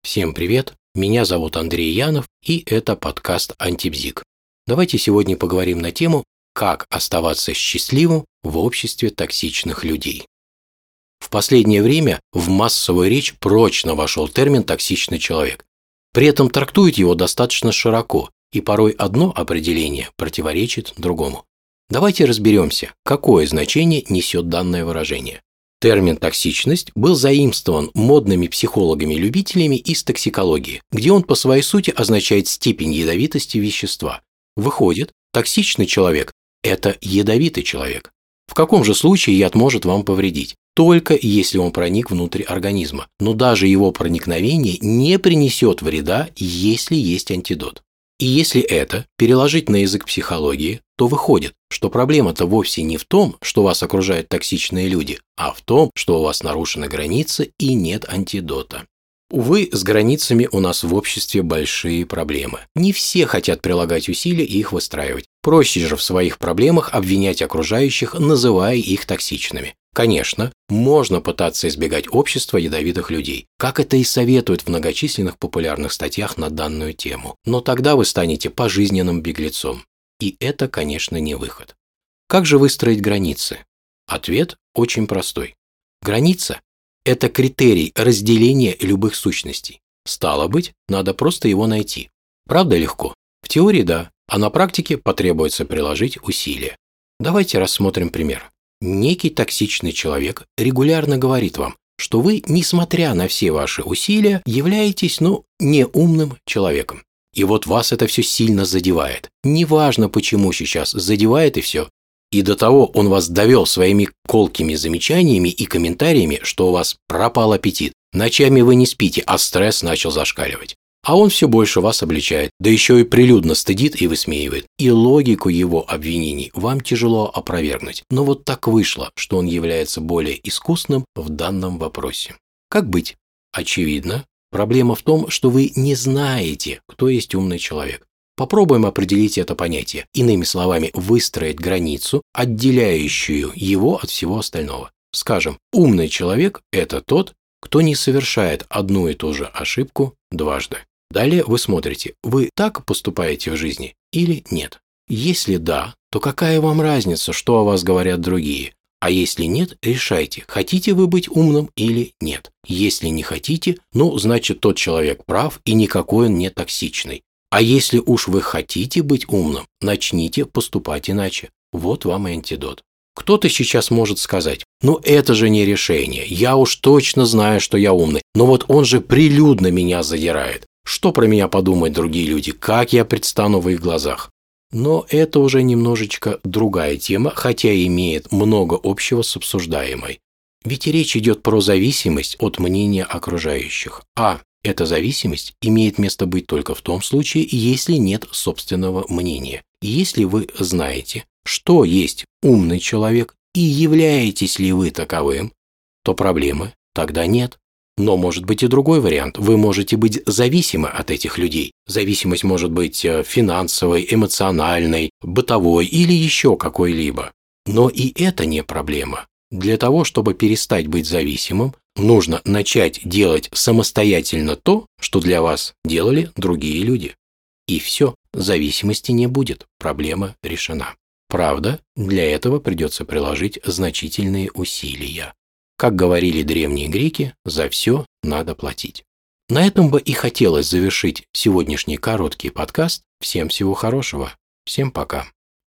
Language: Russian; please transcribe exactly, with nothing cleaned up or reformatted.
Всем привет, меня зовут Андрей Янов, и это подкаст «Антибзик». Давайте сегодня поговорим на тему «Как оставаться счастливым в обществе токсичных людей». В последнее время в массовую речь прочно вошел термин «токсичный человек». При этом трактуют его достаточно широко, и порой одно определение противоречит другому. Давайте разберемся, какое значение несет данное выражение. Термин «токсичность» был заимствован модными психологами-любителями из токсикологии, где он по своей сути означает степень ядовитости вещества. Выходит, токсичный человек – это ядовитый человек. В каком же случае яд может вам повредить? Только если он проник внутрь организма. Но даже его проникновение не принесет вреда, если есть антидот. И если это переложить на язык психологии, то выходит, что проблема-то вовсе не в том, что вас окружают токсичные люди, а в том, что у вас нарушены границы и нет антидота. Увы, с границами у нас в обществе большие проблемы. Не все хотят прилагать усилия и их выстраивать. Проще же в своих проблемах обвинять окружающих, называя их токсичными. Конечно, можно пытаться избегать общества ядовитых людей, как это и советуют в многочисленных популярных статьях на данную тему. Но тогда вы станете пожизненным беглецом. И это, конечно, не выход. Как же выстроить границы? Ответ очень простой. Граница – это критерий разделения любых сущностей. Стало быть, надо просто его найти. Правда легко? В теории да, а на практике потребуется приложить усилия. Давайте рассмотрим пример. Некий токсичный человек регулярно говорит вам, что вы, несмотря на все ваши усилия, являетесь, ну, неумным человеком. И вот вас это все сильно задевает. Неважно, почему сейчас, задевает и все. И до того он вас довел своими колкими замечаниями и комментариями, что у вас пропал аппетит. Ночами вы не спите, а стресс начал зашкаливать. А он все больше вас обличает, да еще и прилюдно стыдит и высмеивает. И логику его обвинений вам тяжело опровергнуть. Но вот так вышло, что он является более искусным в данном вопросе. Как быть? Очевидно, проблема в том, что вы не знаете, кто есть умный человек. Попробуем определить это понятие. Иными словами, выстроить границу, отделяющую его от всего остального. Скажем, умный человек – это тот, кто не совершает одну и ту же ошибку дважды. Далее вы смотрите, вы так поступаете в жизни или нет. Если да, то какая вам разница, что о вас говорят другие? А если нет, решайте, хотите вы быть умным или нет. Если не хотите, ну, значит, тот человек прав и никакой он не токсичный. А если уж вы хотите быть умным, начните поступать иначе. Вот вам и антидот. Кто-то сейчас может сказать, ну это же не решение, я уж точно знаю, что я умный, но вот он же прилюдно меня задирает. Что про меня подумают другие люди, как я предстану в их глазах? Но это уже немножечко другая тема, хотя и имеет много общего с обсуждаемой. Ведь речь идет про зависимость от мнения окружающих, а эта зависимость имеет место быть только в том случае, если нет собственного мнения. Если вы знаете, что есть умный человек и являетесь ли вы таковым, то проблемы тогда нет. Но может быть и другой вариант. Вы можете быть зависимы от этих людей. Зависимость может быть финансовой, эмоциональной, бытовой или еще какой-либо. Но и это не проблема. Для того, чтобы перестать быть зависимым, нужно начать делать самостоятельно то, что для вас делали другие люди. И все, зависимости не будет, проблема решена. Правда, для этого придется приложить значительные усилия. Как говорили древние греки, за все надо платить. На этом бы и хотелось завершить сегодняшний короткий подкаст. Всем всего хорошего. Всем пока.